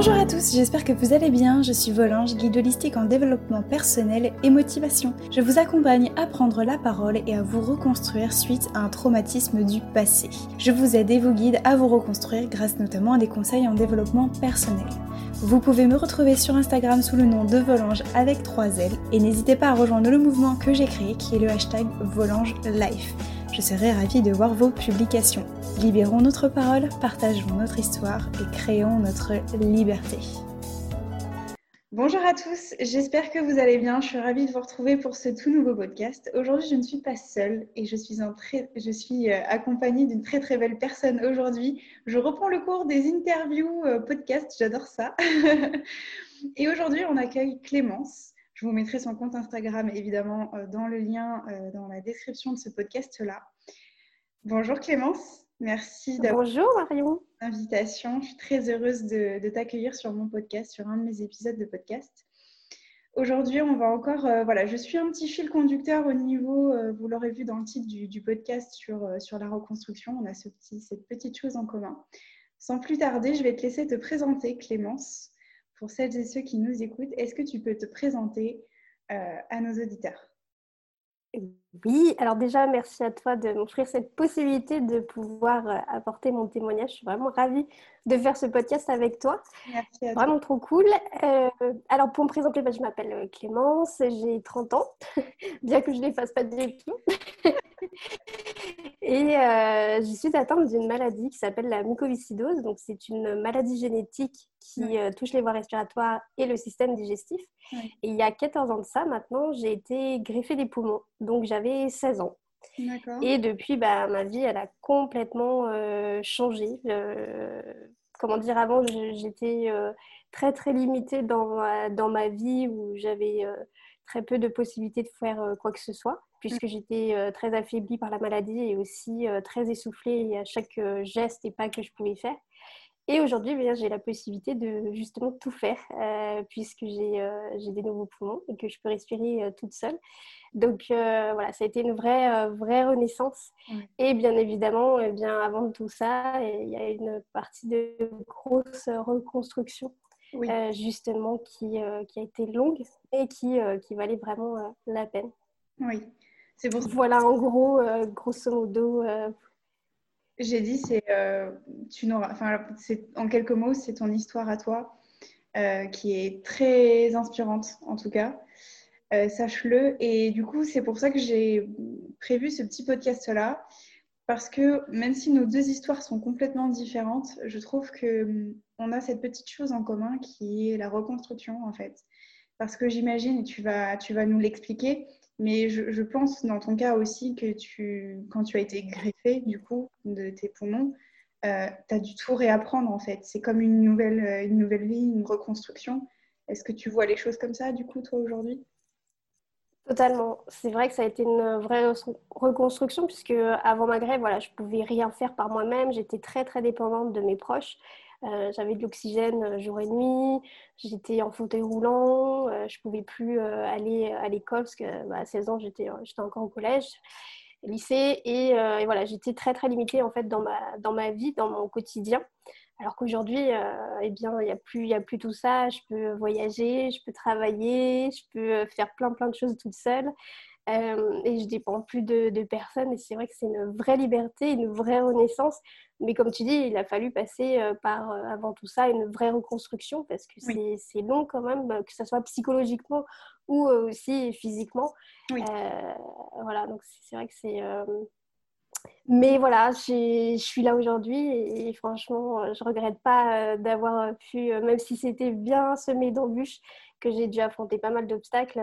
Bonjour à tous, j'espère que vous allez bien. Je suis Volange, guide holistique en développement personnel et motivation. Je vous accompagne à prendre la parole et à vous reconstruire suite à un traumatisme du passé. Je vous aide et vous guide à vous reconstruire grâce notamment à des conseils en développement personnel. Vous pouvez me retrouver sur Instagram sous le nom de Volange avec 3 L et n'hésitez pas à rejoindre le mouvement que j'ai créé qui est le hashtag VolangeLife. Je serai ravie de voir vos publications. Libérons notre parole, partageons notre histoire et créons notre liberté. Bonjour à tous, j'espère que vous allez bien. Je suis ravie de vous retrouver pour ce tout nouveau podcast. Aujourd'hui, je ne suis pas seule et je suis accompagnée d'une très très belle personne aujourd'hui. Je reprends le cours des interviews podcast, j'adore ça. Et aujourd'hui, on accueille Clémence. Je vous mettrai son compte Instagram évidemment dans le lien dans la description de ce podcast-là. Bonjour Clémence, merci d'avoir Bonjour Marion. l'invitation. Je suis très heureuse de t'accueillir sur mon podcast, sur un de mes épisodes de podcast. Aujourd'hui, on va encore, je suis un petit fil conducteur au niveau, vous l'aurez vu dans le titre du podcast sur la reconstruction, on a cette petite chose en commun. Sans plus tarder, je vais te laisser te présenter Clémence. Pour celles et ceux qui nous écoutent, est-ce que tu peux te présenter à nos auditeurs ? Oui, alors déjà, merci à toi de m'offrir cette possibilité de pouvoir apporter mon témoignage. Je suis vraiment ravie de faire ce podcast avec toi. Merci à toi. Vraiment trop cool. Alors, pour me présenter, je m'appelle Clémence, j'ai 30 ans, bien que je ne les fasse pas du tout. Et je suis atteinte d'une maladie qui s'appelle la mucoviscidose. Donc, c'est une maladie génétique qui touche les voies respiratoires et le système digestif. Oui. Et il y a 14 ans de ça, maintenant, j'ai été greffée des poumons. Donc, j'avais 16 ans. D'accord. Et depuis, ma vie, elle a complètement changé. Comment dire, avant, j'étais très, très limitée dans ma vie où j'avais très peu de possibilités de faire quoi que ce soit, puisque j'étais très affaiblie par la maladie et aussi très essoufflée à chaque geste et pas que je pouvais faire. Et aujourd'hui, j'ai la possibilité de justement tout faire, puisque j'ai des nouveaux poumons et que je peux respirer toute seule. Donc voilà, ça a été une vraie renaissance. Ouais. Et bien évidemment, avant tout ça, il y a une partie de grosse reconstruction, Oui. justement, qui a été longue et qui valait vraiment la peine. Oui, c'est pour ça. Voilà, en gros, grosso modo. J'ai dit, en quelques mots, c'est ton histoire à toi, qui est très inspirante en tout cas. Sache-le. Et du coup, c'est pour ça que j'ai prévu ce petit podcast-là, parce que même si nos deux histoires sont complètement différentes, je trouve qu'on a cette petite chose en commun qui est la reconstruction en fait. Parce que j'imagine, et tu vas nous l'expliquer, mais je pense dans ton cas aussi que quand tu as été greffé du coup de tes poumons, tu as dû tout réapprendre en fait. C'est comme une nouvelle vie, une reconstruction. Est-ce que tu vois les choses comme ça du coup toi aujourd'hui ? Totalement. C'est vrai que ça a été une vraie reconstruction puisque avant ma grève, je pouvais rien faire par moi-même. J'étais très très dépendante de mes proches. J'avais de l'oxygène jour et nuit. J'étais en fauteuil roulant. Je pouvais plus aller à l'école parce que à 16 ans, j'étais encore au collège, lycée et voilà, j'étais très très limitée en fait dans ma vie, dans mon quotidien. Alors qu'aujourd'hui, il y a plus tout ça. Je peux voyager, je peux travailler, je peux faire plein de choses toute seule. Et je dépends plus de personne. Et c'est vrai que c'est une vraie liberté, une vraie renaissance. Mais comme tu dis, il a fallu passer par, avant tout ça, une vraie reconstruction parce que Oui. c'est long quand même, que ce soit psychologiquement ou aussi physiquement. Oui. Voilà, donc c'est vrai que c'est... Mais voilà, je suis là aujourd'hui et franchement, je ne regrette pas d'avoir pu, même si c'était bien semé d'embûches, que j'ai dû affronter pas mal d'obstacles,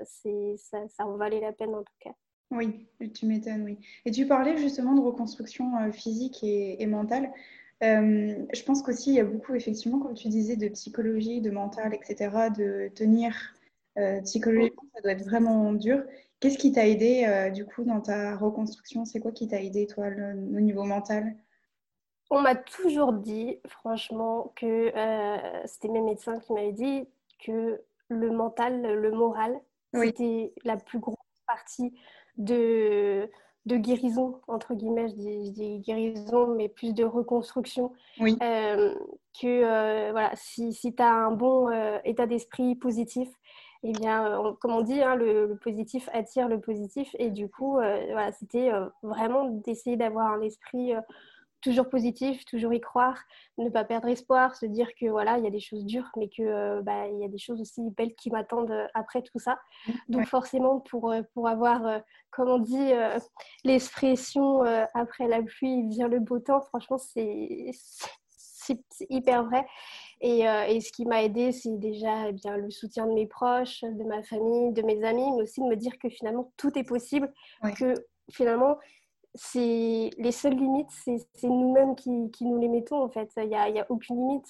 ça en valait la peine en tout cas. Oui, tu m'étonnes, oui. Et tu parlais justement de reconstruction physique et mentale. Je pense qu'aussi, il y a beaucoup, effectivement, comme tu disais, de psychologie, de mental, etc., de tenir psychologiquement, ça doit être vraiment dur. Qu'est-ce qui t'a aidé, du coup, dans ta reconstruction ? C'est quoi qui t'a aidé, toi, au niveau mental ? On m'a toujours dit, franchement, que c'était mes médecins qui m'avaient dit que le mental, le moral, Oui, c'était la plus grosse partie de, de guérison, entre guillemets, je dis guérison, mais plus de reconstruction. oui, Euh, que voilà, si tu as un bon état d'esprit positif, eh bien, comme on dit, hein, le positif attire le positif. Et du coup, voilà, c'était vraiment d'essayer d'avoir un esprit toujours positif, toujours y croire, ne pas perdre espoir, se dire que voilà, il y a des choses dures, mais que bah, il y a des choses aussi belles qui m'attendent après tout ça. Donc Ouais. forcément, pour avoir, comme on dit, l'expression après la pluie vient le beau temps, franchement, c'est hyper vrai. Et ce qui m'a aidée, c'est déjà eh bien, le soutien de mes proches, de ma famille, de mes amis, mais aussi de me dire que finalement, tout est possible, Ouais. que finalement, c'est les seules limites, c'est nous-mêmes qui nous les mettons en fait. Il y a aucune limite.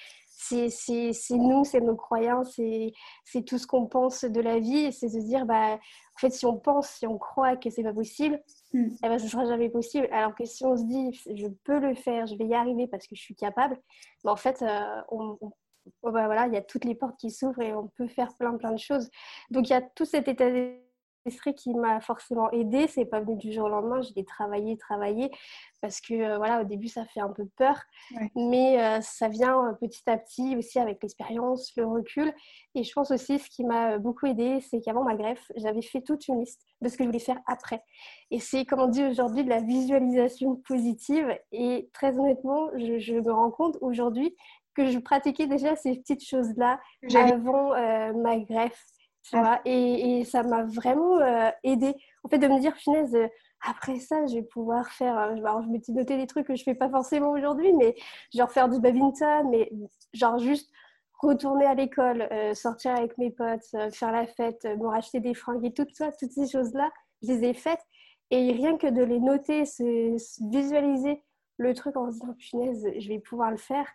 C'est nous, c'est nos croyances, c'est tout ce qu'on pense de la vie. Et c'est de se dire, bah, en fait, si on pense, si on croit que c'est pas possible, Mm. eh ben, ce sera jamais possible. Alors que si on se dit, je peux le faire, je vais y arriver parce que je suis capable, bah, en fait, oh, bah, voilà, il y a toutes les portes qui s'ouvrent et on peut faire plein de choses. Donc il y a tout cet état d'esprit qui m'a forcément aidée. C'est pas venu du jour au lendemain. Je l'ai travaillé parce que voilà, au début ça fait un peu peur, Ouais. mais ça vient petit à petit aussi avec l'expérience, le recul. Et je pense aussi ce qui m'a beaucoup aidée, c'est qu'avant ma greffe, j'avais fait toute une liste de ce que je voulais faire après. Et c'est, comme on dit aujourd'hui, de la visualisation positive. Et très honnêtement, je me rends compte aujourd'hui que je pratiquais déjà ces petites choses-là J'allais. avant ma greffe, tu Ah, vois. Et ça m'a vraiment aidée. En fait, de me dire, punaise, après ça, je vais pouvoir faire... alors, je m'étais noté des trucs que je fais pas forcément aujourd'hui, mais genre faire du badminton, mais genre juste retourner à l'école, sortir avec mes potes, faire la fête, me racheter des fringues et tout ça, toutes ces choses-là, je les ai faites. Et rien que de les noter, se visualiser le truc en se disant, punaise, je vais pouvoir le faire,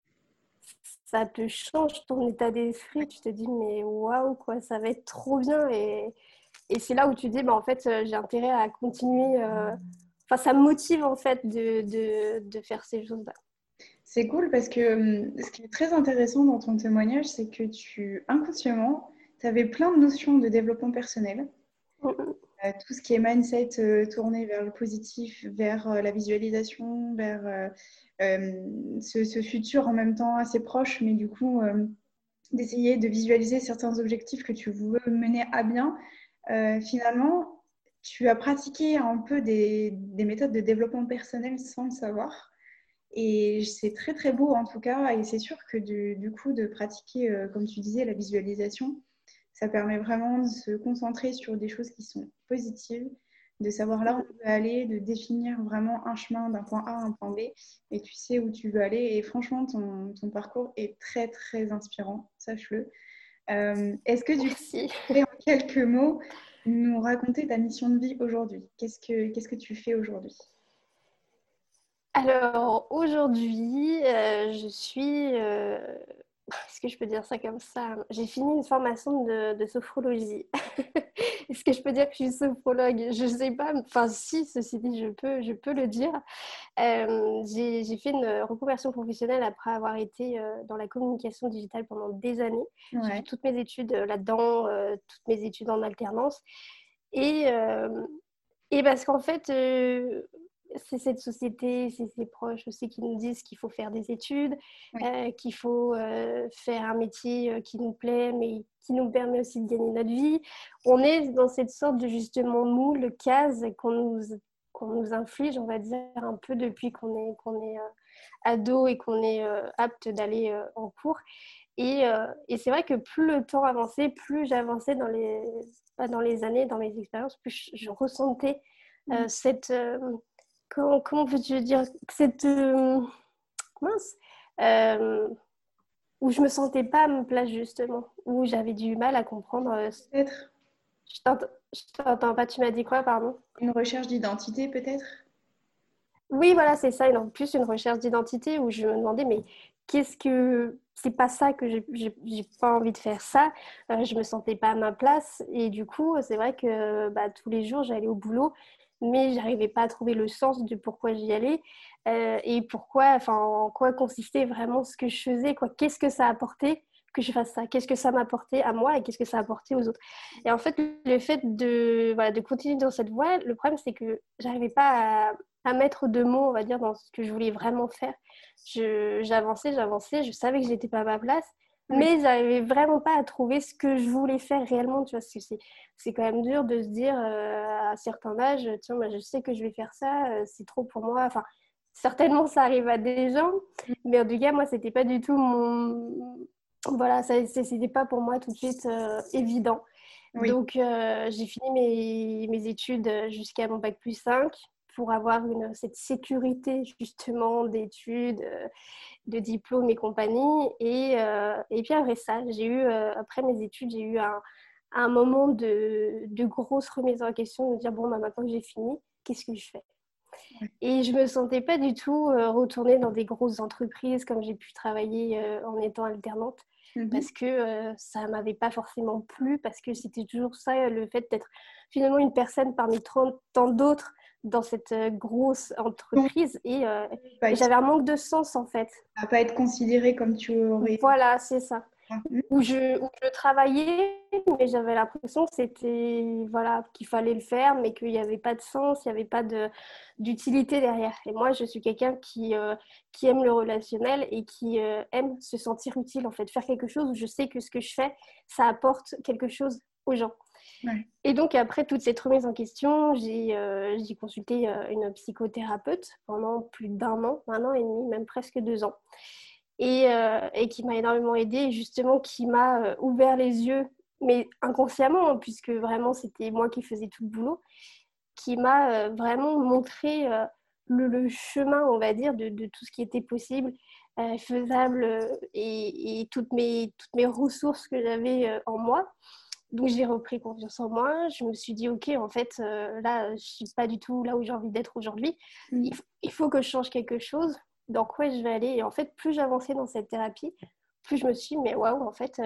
ça te change ton état d'esprit. Tu te dis, mais waouh, quoi, ça va être trop bien. Et c'est là où tu dis, bah, en fait, j'ai intérêt à continuer. Enfin, ça me motive, en fait, de faire ces choses-là. c'est cool parce que ce qui est très intéressant dans ton témoignage, c'est que inconsciemment, tu avais plein de notions de développement personnel. Tout ce qui est mindset tourné vers le positif, vers la visualisation, vers ce futur en même temps assez proche, mais du coup, d'essayer de visualiser certains objectifs que tu veux mener à bien. Finalement, tu as pratiqué un peu des méthodes de développement personnel sans le savoir. Et c'est très très beau en tout cas. Et c'est sûr que du coup, de pratiquer, comme tu disais, la visualisation, ça permet vraiment de se concentrer sur des choses qui sont positives, de savoir là où on veut aller, de définir vraiment un chemin d'un point A à un point B, et tu sais où tu veux aller. Et franchement, ton parcours est très très inspirant, sache-le. Est-ce que du coup, tu Merci. pourrais en quelques mots nous raconter ta mission de vie aujourd'hui? Qu'est-ce que tu fais aujourd'hui? Alors aujourd'hui, je suis, est-ce que je peux dire ça comme ça? J'ai fini une formation de sophrologie. Est-ce que je peux dire que je suis sophrologue? Je ne sais pas. Enfin, si, ceci dit, je peux le dire. J'ai fait une reconversion professionnelle après avoir été dans la communication digitale pendant des années. J'ai fait Ouais. toutes mes études là-dedans, toutes mes études en alternance. Et, euh, et parce qu'en fait, c'est cette société, c'est ses proches aussi qui nous disent qu'il faut faire des études, Oui. qu'il faut faire un métier qui nous plaît, mais qui nous permet aussi de gagner notre vie. On est dans cette sorte de justement moule, case qu'on nous inflige, on va dire, un peu depuis qu'on est ado et qu'on est apte d'aller en cours. Et c'est vrai que plus le temps avançait, plus j'avançais dans les années, dans mes expériences, plus je ressentais cette... comment peux-tu dire? Cette... mince où je me sentais pas à ma place, justement. Où j'avais du mal à comprendre. Peut-être Je t'entends pas, tu m'as dit quoi, pardon? une recherche d'identité, peut-être? Oui, voilà, c'est ça. Et en plus, une recherche d'identité où je me demandais, mais qu'est-ce que... C'est pas ça que j'ai pas envie de faire ça. Je me sentais pas à ma place. Et du coup, c'est vrai que bah, tous les jours, j'allais au boulot, mais j'arrivais pas à trouver le sens de pourquoi j'y allais et pourquoi, enfin, en quoi consistait vraiment ce que je faisais, quoi. Qu'est-ce que ça apportait que je fasse ça? Qu'est-ce que ça m'apportait à moi et qu'est-ce que ça apportait aux autres? Et en fait, le fait de, voilà, de continuer dans cette voie, le problème, c'est que j'arrivais pas à mettre de mots, on va dire, dans ce que je voulais vraiment faire. J'avançais, je savais que j'étais pas à ma place, Oui, mais j'arrivais vraiment pas à trouver ce que je voulais faire réellement, tu vois, parce que c'est quand même dur de se dire à un certain âge, tiens, moi, je sais que je vais faire ça, c'est trop pour moi. Enfin, certainement, ça arrive à des gens, mais en tout cas, moi, c'était pas du tout mon... Voilà, c'était pas pour moi tout de suite évident. oui, Donc, j'ai fini mes études jusqu'à mon bac+5 pour avoir cette sécurité justement d'études, de diplômes et compagnie. Et puis après ça, après mes études, j'ai eu un moment de grosse remise en question, de me dire, bon, bah, maintenant que j'ai fini, qu'est-ce que je fais? oui. Et je me sentais pas du tout retourner dans des grosses entreprises comme j'ai pu travailler en étant alternante Mhm. parce que ça m'avait pas forcément plu, parce que c'était toujours ça, le fait d'être finalement une personne parmi tant d'autres dans cette grosse Donc, entreprise pas et être, j'avais un manque de sens en fait. à pas être considéré comme tu aurais. Voilà, c'est ça. Mhm. Où je travaillais, mais j'avais l'impression que c'était, voilà, qu'il fallait le faire, mais qu'il n'y avait pas de sens, il n'y avait pas d'utilité derrière. Et moi, je suis quelqu'un qui aime le relationnel et qui aime se sentir utile, en fait, faire quelque chose où je sais que ce que je fais, ça apporte quelque chose aux gens. Ouais. Et donc, après toute cette remise en question, j'ai consulté une psychothérapeute pendant plus un an et demi, même presque 2 ans et qui m'a énormément aidée et justement qui m'a ouvert les yeux, mais inconsciemment, hein, puisque vraiment c'était moi qui faisais tout le boulot, qui m'a vraiment montré le chemin, on va dire, de tout ce qui était possible, faisable et toutes mes ressources que j'avais en moi. Donc j'ai repris confiance en moi. Je me suis dit, ok, en fait, là, je suis pas du tout là où j'ai envie d'être aujourd'hui. Mhm. Il faut que je change quelque chose. Dans quoi je vais aller? Et en fait, plus j'avançais dans cette thérapie, plus je me suis dit, mais waouh, en fait,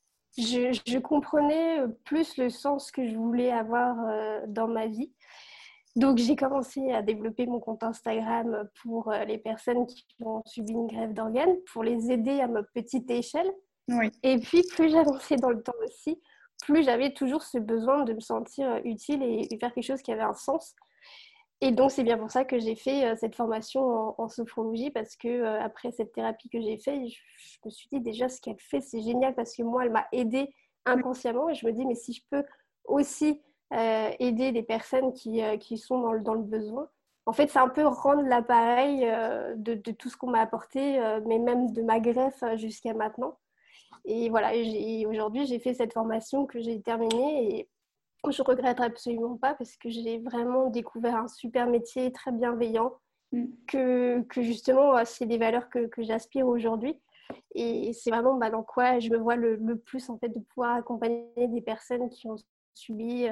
je comprenais plus le sens que je voulais avoir dans ma vie. Donc j'ai commencé à développer mon compte Instagram pour les personnes qui ont subi une greffe d'organes, pour les aider à ma petite échelle. Oui. Et puis, plus j'avançais dans le temps aussi, plus j'avais toujours ce besoin de me sentir utile et faire quelque chose qui avait un sens. Et donc, c'est bien pour ça que j'ai fait cette formation en sophrologie, parce que après cette thérapie que j'ai faite, je me suis dit déjà ce qu'elle fait, c'est génial, parce que moi, elle m'a aidée inconsciemment. Et je me dis, mais si je peux aussi aider des personnes qui sont dans le besoin, en fait, c'est un peu rendre l'appareil de tout ce qu'on m'a apporté, mais même de ma greffe jusqu'à maintenant. Et voilà, aujourd'hui, j'ai fait cette formation que j'ai terminée et je regrette absolument pas, parce que j'ai vraiment découvert un super métier très bienveillant, Mhm. que justement, c'est des valeurs que j'aspire aujourd'hui. Et c'est vraiment dans quoi je me vois le plus, en fait, de pouvoir accompagner des personnes qui ont subi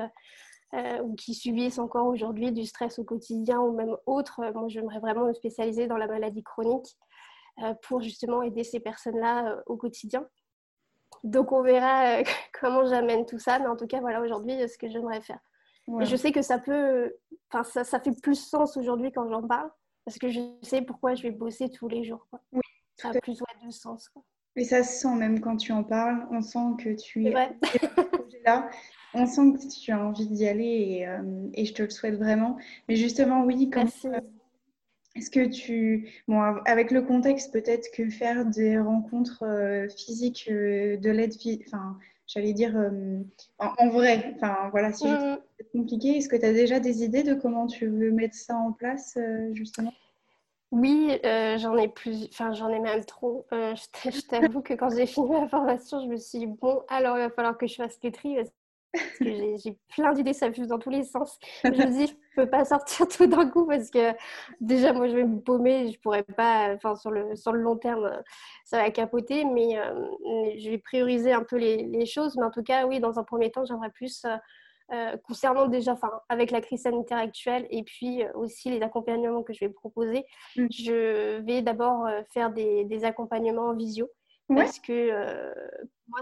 ou qui subissent encore aujourd'hui du stress au quotidien ou même autre. Moi, j'aimerais vraiment me spécialiser dans la maladie chronique pour justement aider ces personnes-là au quotidien. Donc on verra comment j'amène tout ça, mais en tout cas, voilà aujourd'hui ce que j'aimerais faire. Et Ouais. je sais que enfin ça fait plus sens aujourd'hui quand j'en parle, parce que je sais pourquoi je vais bosser tous les jours, quoi. Oui, Ça a tout à fait. plus de sens, quoi. Et ça se sent même quand tu en parles. On sent que tu C'est es vrai. animé par ce projet-là. On sent que tu as envie d'y aller et je te le souhaite vraiment. Mais justement, oui, comment Merci. est-ce que bon, avec le contexte, peut-être que faire des rencontres physiques, de l'aide, enfin, j'allais dire en vrai, enfin, voilà, si je trouve Mm. ça compliqué, est-ce que tu as déjà des idées de comment tu veux mettre ça en place, justement? Oui, j'en ai même trop. Je t'avoue que quand j'ai fini ma formation, je me suis dit, bon, alors il va falloir que je fasse le tri, parce que j'ai plein d'idées, ça fuse dans tous les sens. Je me dis, je peux pas sortir tout d'un coup, parce que déjà, moi, je vais me paumer, je pourrais pas, enfin, sur le long terme, ça va capoter, mais je vais prioriser un peu les choses. Mais en tout cas, oui, dans un premier temps, j'aimerais plus, concernant déjà, enfin, avec la crise sanitaire actuelle et puis aussi les accompagnements que je vais proposer, Mm. je vais d'abord faire des accompagnements en visio, Ouais, parce que moi,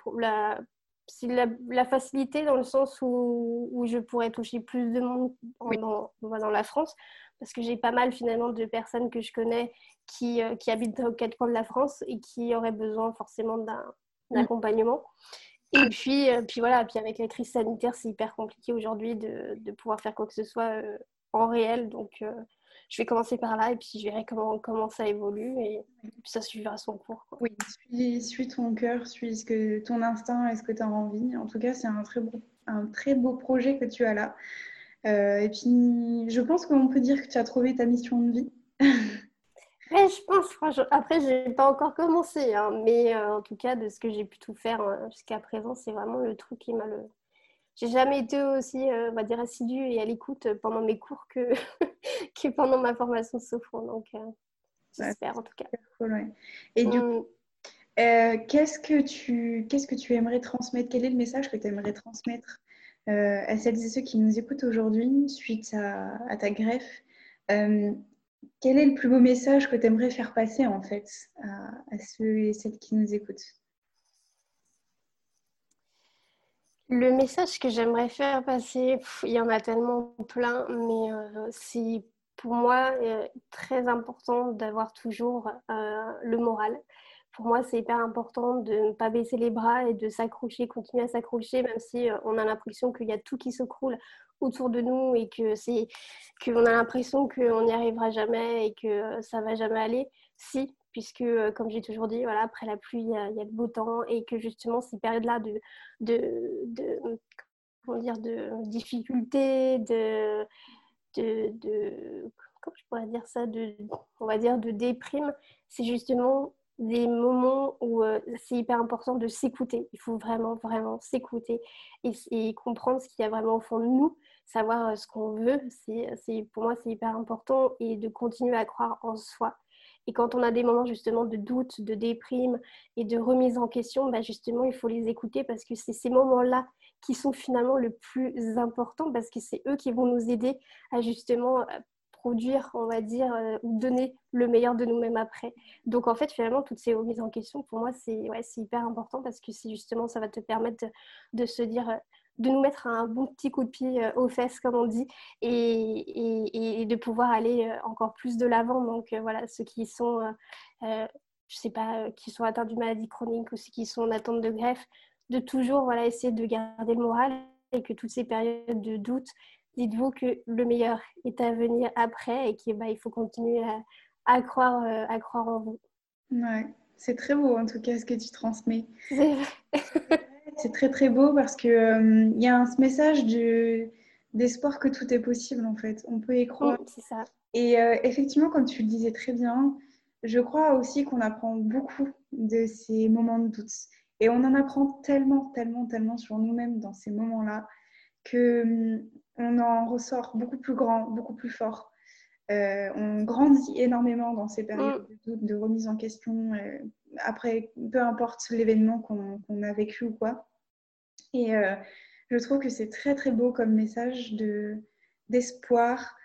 c'est la facilité, dans le sens où je pourrais toucher plus de monde oui. dans la France, parce que j'ai pas mal finalement de personnes que je connais qui habitent aux quatre coins de la France et qui auraient besoin forcément d'un Mm. accompagnement. Et puis voilà, puis avec la crise sanitaire, c'est hyper compliqué aujourd'hui de pouvoir faire quoi que ce soit en réel. Donc je vais commencer par là et puis je verrai comment ça évolue et puis ça suivra son cours, quoi. Oui, suis ton cœur, suis ton instinct et ce que tu as envie. En tout cas, c'est un très beau projet que tu as là. Et puis, je pense qu'on peut dire que tu as trouvé ta mission de vie. Ouais, je pense, franchement. Après, j'ai pas encore commencé, hein, mais en tout cas, de ce que j'ai pu tout faire jusqu'à présent, c'est vraiment le truc qui m'a le. J'ai jamais été aussi, on va dire, assidue et à l'écoute pendant mes cours que, que pendant ma formation de sophro. Donc, Ouais, j'espère en tout cas. c'est cool, ouais. Et du coup, Hum, qu'est-ce que tu aimerais transmettre? Quel est le message que tu aimerais transmettre à celles et ceux qui nous écoutent aujourd'hui suite à ta greffe? Euh, Quel est le plus beau message que tu aimerais faire passer en fait à ceux et celles qui nous écoutent? Le message que j'aimerais faire passer, il y en a tellement plein, mais c'est pour moi très important d'avoir toujours le moral. Pour moi, c'est hyper important de ne pas baisser les bras et de s'accrocher, continuer à s'accrocher, même si on a l'impression qu'il y a tout qui s'écroule autour de nous et qu'on a l'impression qu'on n'y arrivera jamais et que ça va jamais aller. Si, puisque comme j'ai toujours dit, voilà, après la pluie, il y a le beau temps et que justement ces périodes-là de comment dire, de difficultés, comment je pourrais dire ça, on va dire de déprime, c'est justement des moments où c'est hyper important de s'écouter. Il faut vraiment, vraiment s'écouter et comprendre ce qu'il y a vraiment au fond de nous, savoir ce qu'on veut. Pour moi, c'est hyper important et de continuer à croire en soi. Et quand on a des moments justement de doute, de déprime et de remise en question, bah justement, il faut les écouter parce que c'est ces moments-là qui sont finalement le plus important parce que c'est eux qui vont nous aider à justement produire, on va dire, ou donner le meilleur de nous-mêmes après. Donc en fait, finalement, toutes ces remises en question, pour moi, c'est hyper important parce que c'est justement, ça va te permettre de se dire, de nous mettre un bon petit coup de pied aux fesses, comme on dit, et de pouvoir aller encore plus de l'avant. Donc voilà, ceux qui sont, je sais pas, qui sont atteints d'une maladie chronique ou ceux qui sont en attente de greffe, de toujours voilà, essayer de garder le moral et que toutes ces périodes de doute, dites-vous que le meilleur est à venir après et qu'il bah, il faut continuer à croire en vous. Ouais, c'est très beau en tout cas ce que tu transmets. C'est C'est très très beau parce que il y a ce message d'espoir que tout est possible en fait. On peut y croire. c'est ça. Et effectivement, comme tu le disais très bien, je crois aussi qu'on apprend beaucoup de ces moments de doute. Et on en apprend tellement, tellement, tellement sur nous-mêmes dans ces moments-là que on en ressort beaucoup plus grand, beaucoup plus fort. On grandit énormément dans ces périodes de doute, de remise en question. Après, peu importe l'événement qu'on a vécu ou quoi. Et je trouve que c'est très très beau comme message d'espoir,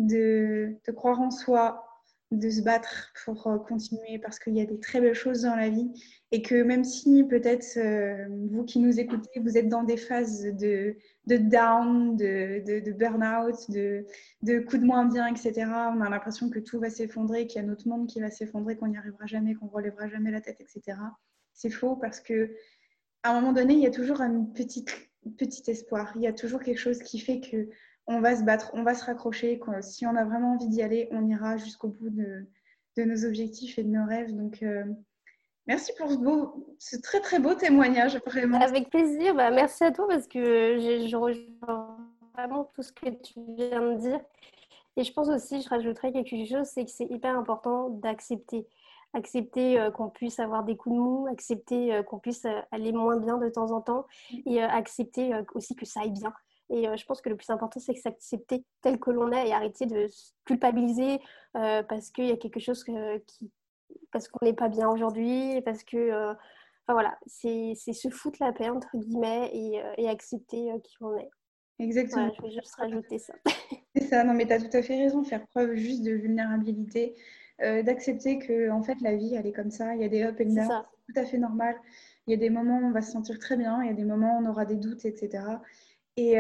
de croire en soi, de se battre pour continuer parce qu'il y a des très belles choses dans la vie et que même si peut-être vous qui nous écoutez, vous êtes dans des phases de down, de burn-out, de coups de moins bien, etc., on a l'impression que tout va s'effondrer, qu'il y a notre monde qui va s'effondrer, qu'on n'y arrivera jamais, qu'on ne relèvera jamais la tête, etc. C'est faux parce que à un moment donné, il y a toujours un petit espoir. Il y a toujours quelque chose qui fait que on va se battre, on va se raccrocher. Si on a vraiment envie d'y aller, on ira jusqu'au bout de nos objectifs et de nos rêves. Donc, merci pour ce très très beau témoignage, vraiment. Avec plaisir. Bah, merci à toi parce que je rejoins vraiment tout ce que tu viens de dire. Et je pense aussi, je rajouterais quelque chose, c'est que c'est hyper important d'accepter. Accepter qu'on puisse avoir des coups de mou, accepter qu'on puisse aller moins bien de temps en temps et accepter aussi que ça aille bien. Et je pense que le plus important, c'est que s'accepter tel que l'on est et arrêter de se culpabiliser parce qu'il y a quelque chose parce qu'on n'est pas bien aujourd'hui, parce que enfin, voilà, c'est se foutre la paix entre guillemets et accepter qui on est. Exactement. Voilà, je vais juste rajouter ça. C'est ça, non mais tu as tout à fait raison, faire preuve juste de vulnérabilité, d'accepter que en fait la vie elle est comme ça, il y a des up and C'est down, ça. c'est tout à fait normal. Il y a des moments où on va se sentir très bien, il y a des moments où on aura des doutes, etc. Et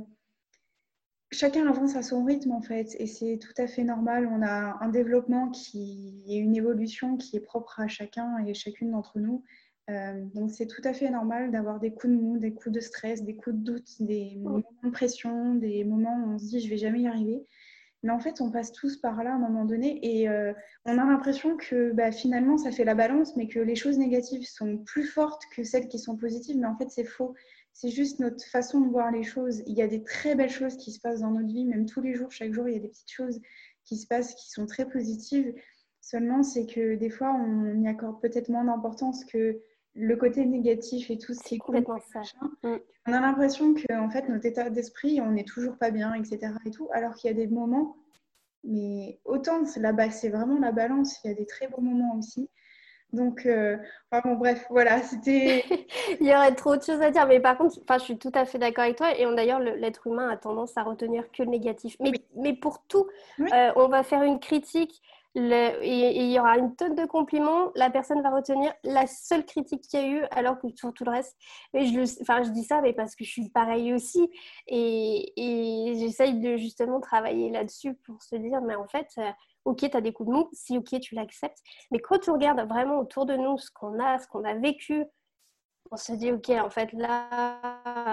chacun avance à son rythme en fait, et c'est tout à fait normal. On a un développement qui est une évolution qui est propre à chacun et chacune d'entre nous. Donc c'est tout à fait normal d'avoir des coups de mou, des coups de stress, des coups de doute, des moments de pression, des moments où on se dit je vais jamais y arriver. Mais en fait, on passe tous par là à un moment donné et on a l'impression que finalement, ça fait la balance, mais que les choses négatives sont plus fortes que celles qui sont positives. Mais en fait, c'est faux. C'est juste notre façon de voir les choses. Il y a des très belles choses qui se passent dans notre vie, même tous les jours, chaque jour, il y a des petites choses qui se passent qui sont très positives. Seulement, c'est que des fois, on y accorde peut-être moins d'importance que le côté négatif et tout ce qui C'est est connu, complètement ça. machin. Mm. On a l'impression que en fait, notre état d'esprit, on n'est toujours pas bien, etc. et tout, alors qu'il y a des moments, mais autant là-bas, c'est vraiment la balance, il y a des très beaux moments aussi. Donc, enfin, bon, bref, voilà, c'était... Il y aurait trop de choses à dire, mais par contre, enfin, je suis tout à fait d'accord avec toi. Et d'ailleurs, l'être humain a tendance à retenir que le négatif. Oui, Mais pour tout, oui, on va faire une critique et il y aura une tonne de compliments. La personne va retenir la seule critique qu'il y a eu, alors que sur tout le reste. Et enfin, je dis ça, mais parce que je suis pareil aussi. Et j'essaye de justement travailler là-dessus pour se dire, mais en fait, ok, tu as des coups de mou. Si ok, tu l'acceptes. Mais quand tu regardes vraiment autour de nous ce qu'on a vécu, on se dit, ok, en fait, là,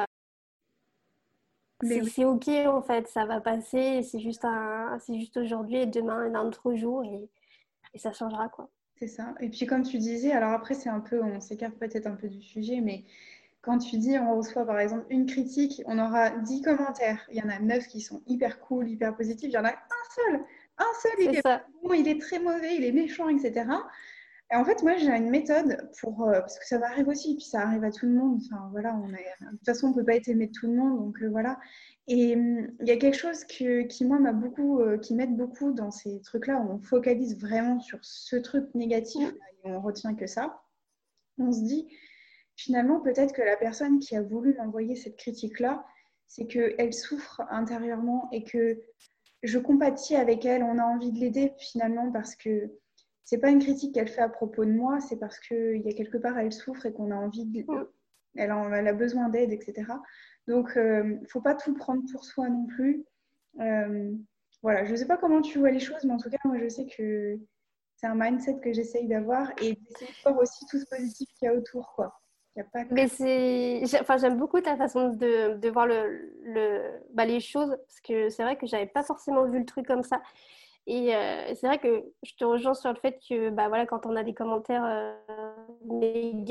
mais oui, c'est ok, en fait, ça va passer, c'est juste aujourd'hui et demain est un autre jour et ça changera, quoi. c'est ça. Et puis, comme tu disais, alors après, c'est un peu, on s'écarte peut-être un peu du sujet, mais quand tu dis, on reçoit par exemple une critique, on aura 10 commentaires. Il y en a 9 qui sont hyper cool, hyper positifs. Il y en a un seul, il C'est est ça. bon, il est très mauvais, il est méchant, etc. Et en fait, moi, j'ai une méthode pour, parce que ça m'arrive aussi, puis ça arrive à tout le monde. Enfin, voilà, de toute façon, on ne peut pas être aimé de tout le monde, donc voilà. Et il y a quelque chose qui, moi, qui m'aide beaucoup dans ces trucs-là, où on focalise vraiment sur ce truc négatif, Mm. et on retient que ça. On se dit, finalement, peut-être que la personne qui a voulu m'envoyer cette critique-là, c'est qu'elle souffre intérieurement et que je compatis avec elle. On a envie de l'aider finalement parce que c'est pas une critique qu'elle fait à propos de moi, c'est parce qu'il y a quelque part elle souffre et qu'on a envie Mm. elle a besoin d'aide, etc. Donc, faut pas tout prendre pour soi non plus. Euh, voilà, je sais pas comment tu vois les choses, mais en tout cas, moi, je sais que c'est un mindset que j'essaye d'avoir et d'essayer de voir aussi tout ce positif qu'il y a autour, quoi. Il n'y a pas que... Mais enfin, j'aime beaucoup ta façon de voir les choses, parce que c'est vrai que j'avais pas forcément vu le truc comme ça. Et c'est vrai que je te rejoins sur le fait que, bah voilà, quand on a des commentaires négatifs,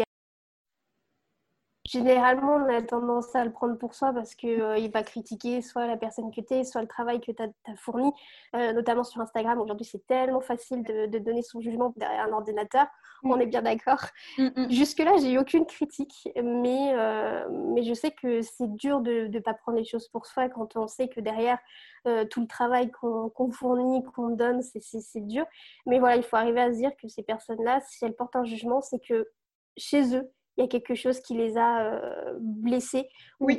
généralement, on a tendance à le prendre pour soi parce qu'il il va critiquer soit la personne que tu es, soit le travail que tu as fourni. Notamment sur Instagram, aujourd'hui, c'est tellement facile de donner son jugement derrière un ordinateur. On est bien d'accord. Mm, mm. Jusque-là, j'ai eu aucune critique, mais je sais que c'est dur de ne pas prendre les choses pour soi quand on sait que derrière tout le travail qu'on fournit, qu'on donne, c'est dur. Mais voilà, il faut arriver à se dire que ces personnes-là, si elles portent un jugement, c'est que chez eux, il y a quelque chose qui les a blessés ou Oui,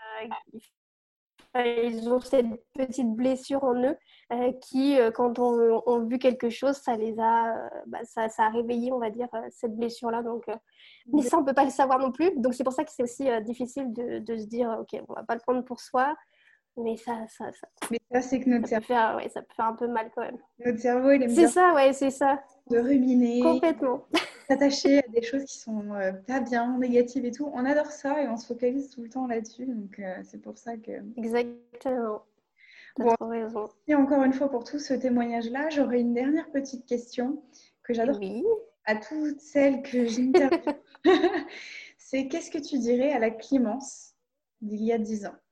ils ont cette petite blessure en eux qui, quand on vu quelque chose, ça les a, ça a réveillé, on va dire, cette blessure-là. Donc, mais ça, on ne peut pas le savoir non plus. Donc, c'est pour ça que c'est aussi difficile de se dire, OK, on ne va pas le prendre pour soi, mais mais ça, c'est que notre cerveau, ouais, ça peut faire un peu mal quand même. il aime C'est bien ça, ouais, c'est ça. de ruminer, Complètement. s'attacher à des choses qui sont pas bien, négatives et tout. On adore ça et on se focalise tout le temps là-dessus. Donc, c'est pour ça que... Exactement. T'as Bon, trop raison. et encore une fois pour tout ce témoignage-là, j'aurais une dernière petite question que j'adore Oui. à toutes celles que j'interviewe. C'est qu'est-ce que tu dirais à la Clémence d'il y a 10 ans?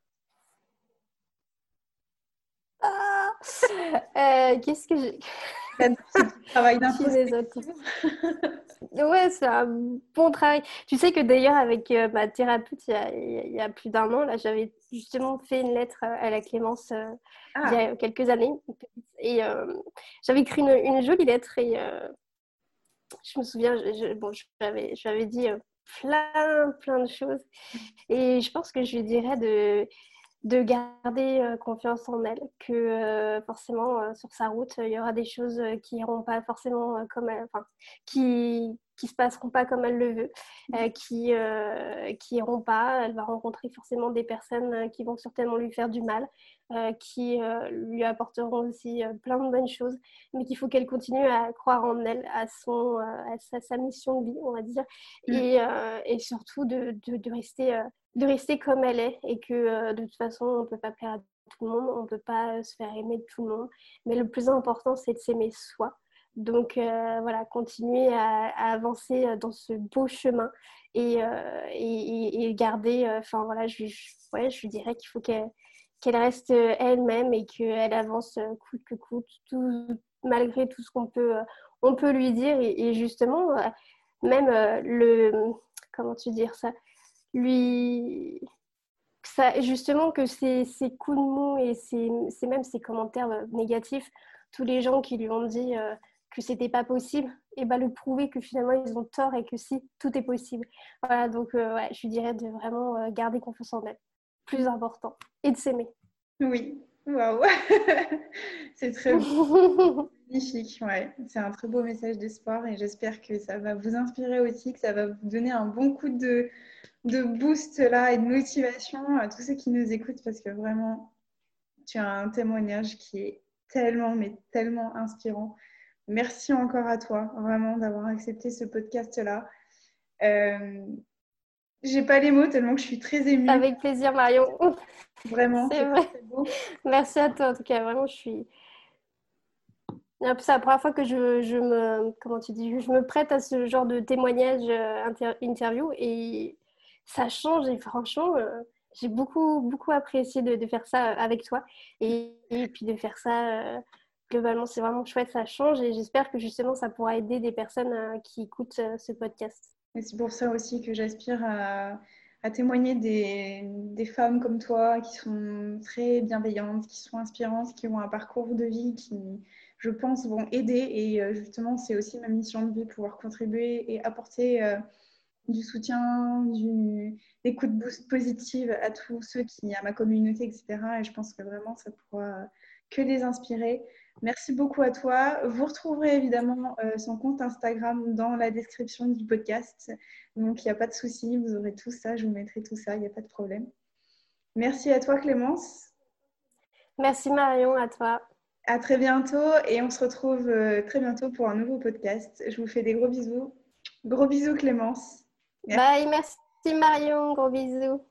Ah qu'est-ce que j'ai... C'est du travail Punaise, d'introspection. attends. Ouais, c'est un bon travail. Tu sais que d'ailleurs, avec ma thérapeute, il y a plus d'un an, là, j'avais justement fait une lettre à la Clémence il y Ah, a quelques années. Et j'avais écrit une jolie lettre et je me souviens, bon, je lui avais dit plein de choses. Et je pense que je lui dirais de garder confiance en elle, que forcément sur sa route, il y aura des choses qui iront pas forcément comme elle, enfin, qui se passeront pas comme elle le veut, qui iront pas. Elle va rencontrer forcément des personnes qui vont certainement lui faire du mal, qui lui apporteront aussi plein de bonnes choses, mais qu'il faut qu'elle continue à croire en elle, à sa mission de vie, on va dire, mm, et surtout de rester comme elle est et que de toute façon, on ne peut pas plaire à tout le monde, on ne peut pas se faire aimer de tout le monde. Mais le plus important, c'est de s'aimer soi. Donc voilà, continuer à avancer dans ce beau chemin et garder, enfin voilà, je lui dirais qu'il faut qu'elle reste elle-même et qu'elle avance coûte que coûte, malgré tout ce on peut lui dire. Et justement, même comment tu dire ça, lui, justement que ses coups de mou et même ses commentaires négatifs, tous les gens qui lui ont dit que c'était pas possible, et ben le prouver que finalement ils ont tort et que si, tout est possible. Voilà, donc ouais, je lui dirais de vraiment garder confiance en elle, plus important, et de s'aimer. Oui, waouh, c'est très beau, magnifique, ouais. C'est un très beau message d'espoir et j'espère que ça va vous inspirer aussi, que ça va vous donner un bon coup de boost là et de motivation à tous ceux qui nous écoutent parce que vraiment, tu as un témoignage qui est tellement, mais tellement inspirant. Merci encore à toi, vraiment, d'avoir accepté ce podcast-là. J'ai pas les mots tellement que je suis très émue. Avec plaisir, Marion. Vraiment, C'est c'est vrai. très beau. Merci à toi, en tout cas, vraiment, je suis. C'est la première fois que comment tu dis, je me prête à ce genre de témoignage interview et ça change et franchement, j'ai beaucoup, beaucoup apprécié de faire ça avec toi et puis de faire ça globalement, c'est vraiment chouette, ça change et j'espère que justement ça pourra aider des personnes qui écoutent ce podcast. Et c'est pour ça aussi que j'aspire à témoigner des femmes comme toi qui sont très bienveillantes, qui sont inspirantes, qui ont un parcours de vie qui, je pense, vont aider. Et justement, c'est aussi ma mission de vie, pouvoir contribuer et apporter du soutien, des coups de boost positifs à tous ceux qui, à ma communauté, etc. Et je pense que vraiment, ça pourra que les inspirer. Merci beaucoup à toi. Vous retrouverez évidemment son compte Instagram dans la description du podcast. Donc, il n'y a pas de souci, vous aurez tout ça. Je vous mettrai tout ça, il n'y a pas de problème. Merci à toi, Clémence. Merci Marion, à toi. À très bientôt et on se retrouve très bientôt pour un nouveau podcast. Je vous fais des gros bisous. Gros bisous, Clémence. Merci. Bye, merci Marion, gros bisous.